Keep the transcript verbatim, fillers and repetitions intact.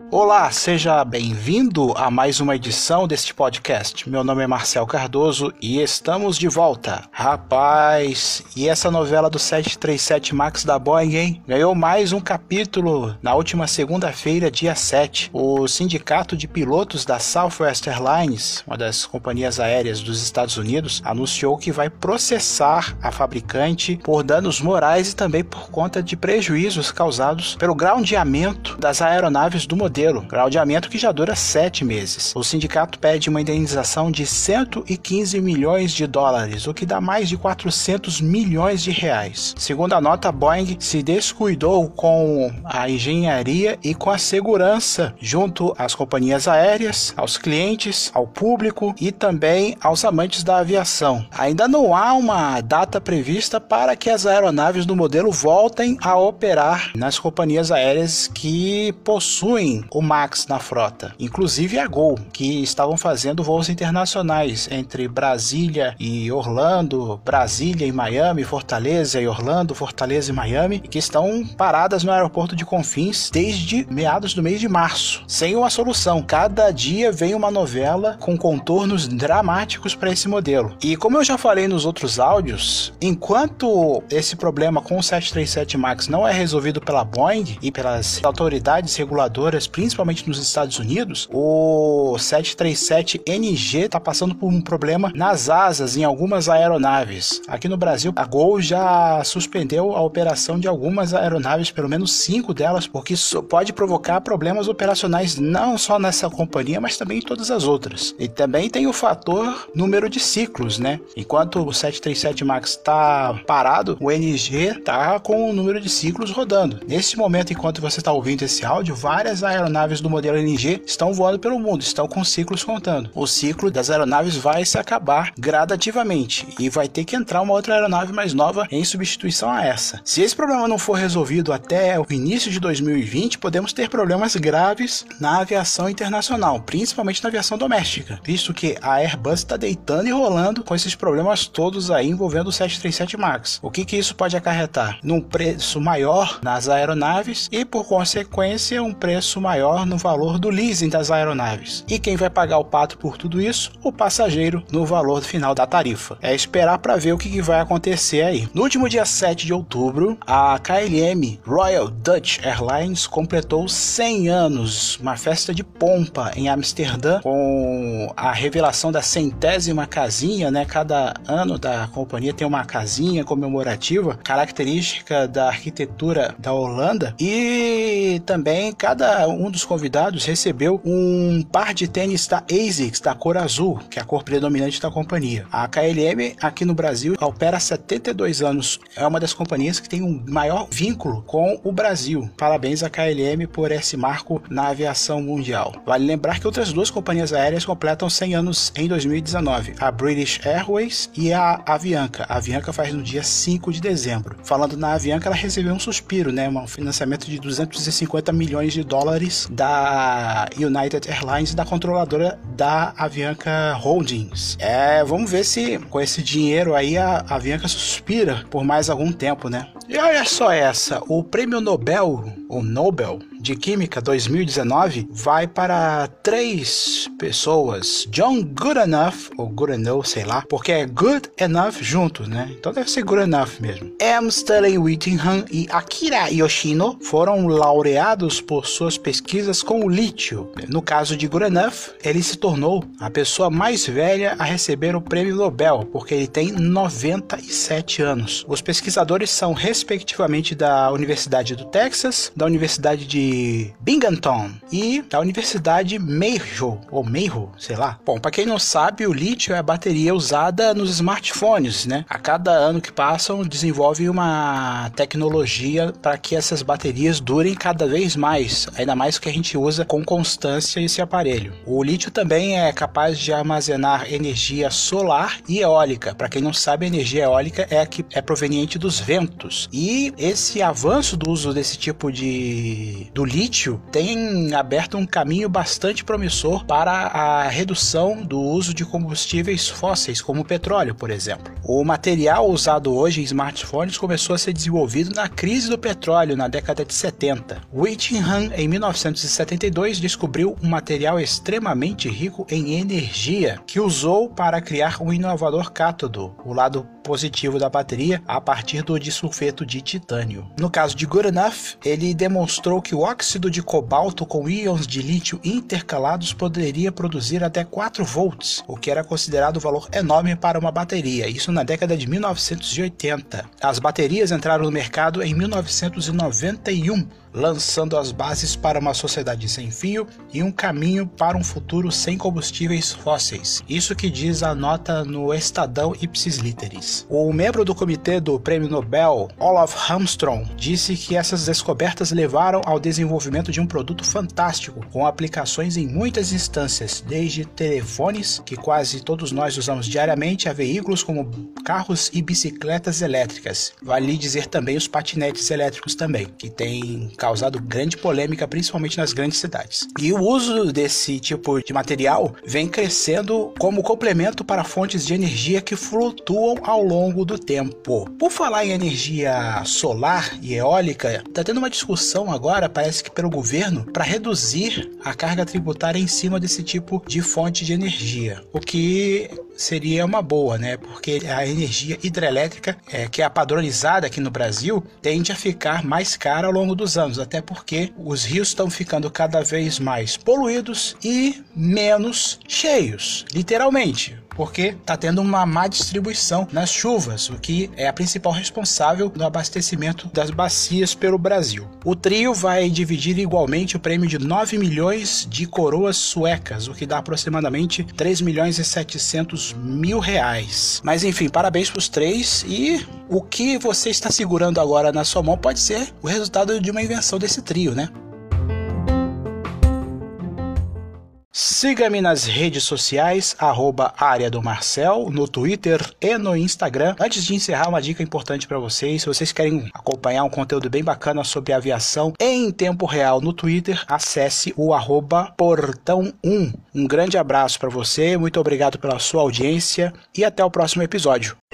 Olá, seja bem-vindo a mais uma edição deste podcast. Meu nome é Marcel Cardoso e estamos de volta. Rapaz, e essa novela do sete três sete Max da Boeing, hein? Ganhou mais um capítulo na última segunda-feira, dia sete. O Sindicato de Pilotos da Southwest Airlines, uma das companhias aéreas dos Estados Unidos, anunciou que vai processar a fabricante por danos morais e também por conta de prejuízos causados pelo groundeamento das aeronaves do modelo. Groundeamento que já dura sete meses. O sindicato pede uma indenização de cento e quinze milhões de dólares, o que dá mais de quatrocentos milhões de reais. Segundo a nota, a Boeing se descuidou com a engenharia e com a segurança junto às companhias aéreas, aos clientes, ao público e também aos amantes da aviação. Ainda não há uma data prevista para que as aeronaves do modelo voltem a operar nas companhias aéreas que possuem o Max na frota, inclusive a Gol, que estavam fazendo voos internacionais entre Brasília e Orlando, Brasília e Miami, Fortaleza e Orlando, Fortaleza e Miami, que estão paradas no aeroporto de Confins desde meados do mês de março, sem uma solução. Cada dia vem uma novela com contornos dramáticos para esse modelo. E como eu já falei nos outros áudios, enquanto esse problema com o sete três sete Max não é resolvido pela Boeing e pelas autoridades reguladoras, principalmente nos Estados Unidos, o sete três sete N G está passando por um problema nas asas em algumas aeronaves. Aqui no Brasil, a Gol já suspendeu a operação de algumas aeronaves, pelo menos cinco delas, porque isso pode provocar problemas operacionais não só nessa companhia, mas também em todas as outras. E também tem o fator número de ciclos, né? Enquanto o sete três sete Max está parado, o N G está com o número de ciclos rodando. Nesse momento, enquanto você está ouvindo esse áudio, várias aeronaves aeronaves do modelo N G estão voando pelo mundo, estão com ciclos contando. O ciclo das aeronaves vai se acabar gradativamente e vai ter que entrar uma outra aeronave mais nova em substituição a essa. Se esse problema não for resolvido até o início de dois mil e vinte, podemos ter problemas graves na aviação internacional, principalmente na aviação doméstica, visto que a Airbus está deitando e rolando com esses problemas todos aí envolvendo o sete três sete Max. O que que isso pode acarretar? Num preço maior nas aeronaves e, por consequência, um preço maior no valor do leasing das aeronaves. E quem vai pagar o pato por tudo isso? O passageiro, no valor final da tarifa. É esperar para ver o que vai acontecer aí. No último dia sete de outubro, a K L M Royal Dutch Airlines completou cem anos, uma festa de pompa em Amsterdã, com a revelação da centésima casinha, né? Cada ano da companhia tem uma casinha comemorativa, característica da arquitetura da Holanda, e também cada um dos convidados recebeu um par de tênis da ASICS da cor azul, que é a cor predominante da companhia. A K L M aqui no Brasil opera há setenta e dois anos. É uma das companhias que tem um maior vínculo com o Brasil. Parabéns à K L M por esse marco na aviação mundial. Vale lembrar que outras duas companhias aéreas completam cem anos em dois mil e dezenove. A British Airways e a Avianca. A Avianca faz no dia cinco de dezembro. Falando na Avianca, ela recebeu um suspiro, né? Um financiamento de duzentos e cinquenta milhões de dólares da United Airlines, da controladora da Avianca Holdings. É, vamos ver se com esse dinheiro aí a Avianca suspira por mais algum tempo, né? E olha só essa, o prêmio Nobel, ou Nobel, de Química dois mil e dezenove vai para três pessoas, John Goodenough, ou Goodenough, sei lá, porque é good enough juntos, né? Então deve ser good enough mesmo. M. Stanley Whittingham e Akira Yoshino foram laureados por suas pesquisas com o lítio. No caso de Goodenough, ele se tornou a pessoa mais velha a receber o prêmio Nobel, porque ele tem noventa e sete anos. Os pesquisadores são respectivamente da Universidade do Texas, da Universidade de Binghamton e da Universidade Mayhew, ou Mayhew, sei lá. Bom, para quem não sabe, o lítio é a bateria usada nos smartphones, né? A cada ano que passam, desenvolve uma tecnologia para que essas baterias durem cada vez mais, ainda mais que a gente usa com constância esse aparelho. O lítio também é capaz de armazenar energia solar e eólica. Para quem não sabe, a energia eólica é a que é proveniente dos ventos. E esse avanço do uso desse tipo de do lítio tem aberto um caminho bastante promissor para a redução do uso de combustíveis fósseis, como o petróleo, por exemplo. O material usado hoje em smartphones começou a ser desenvolvido na crise do petróleo na década de setenta. Whittingham, em mil novecentos e setenta e dois, descobriu um material extremamente rico em energia que usou para criar um inovador cátodo, o lado positivo da bateria, a partir do disulfeto de titânio. No caso de Goodenough, ele demonstrou que o óxido de cobalto com íons de lítio intercalados poderia produzir até quatro volts, o que era considerado um valor enorme para uma bateria, isso na década de mil novecentos e oitenta. As baterias entraram no mercado em mil novecentos e noventa e um, lançando as bases para uma sociedade sem fio e um caminho para um futuro sem combustíveis fósseis. Isso que diz a nota no Estadão Ipsis Literis. O membro do comitê do Prêmio Nobel, Olaf Armstrong, disse que essas descobertas levaram ao desenvolvimento de um produto fantástico, com aplicações em muitas instâncias, desde telefones, que quase todos nós usamos diariamente, a veículos como carros e bicicletas elétricas. Vale dizer também os patinetes elétricos também, que têm causado grande polêmica, principalmente nas grandes cidades. E o uso desse tipo de material vem crescendo como complemento para fontes de energia que flutuam ao longo do tempo. Por falar em energia solar e eólica, está tendo uma discussão agora, parece que pelo governo, para reduzir a carga tributária em cima desse tipo de fonte de energia, o que seria uma boa, né? Porque a energia hidrelétrica, é, que é a padronizada aqui no Brasil, tende a ficar mais cara ao longo dos anos, até porque os rios estão ficando cada vez mais poluídos e menos cheios, literalmente, porque está tendo uma má distribuição nas chuvas, o que é a principal responsável no abastecimento das bacias pelo Brasil. O trio vai dividir igualmente o prêmio de nove milhões de coroas suecas, o que dá aproximadamente três milhões e setecentos mil reais. Mas enfim, parabéns para os três, e o que você está segurando agora na sua mão pode ser o resultado de uma invenção desse trio, né? Siga-me nas redes sociais, arroba Área do Marcel, no Twitter e no Instagram. Antes de encerrar, uma dica importante para vocês: se vocês querem acompanhar um conteúdo bem bacana sobre aviação em tempo real no Twitter, acesse o arroba Portão um. Um grande abraço para você, muito obrigado pela sua audiência e até o próximo episódio.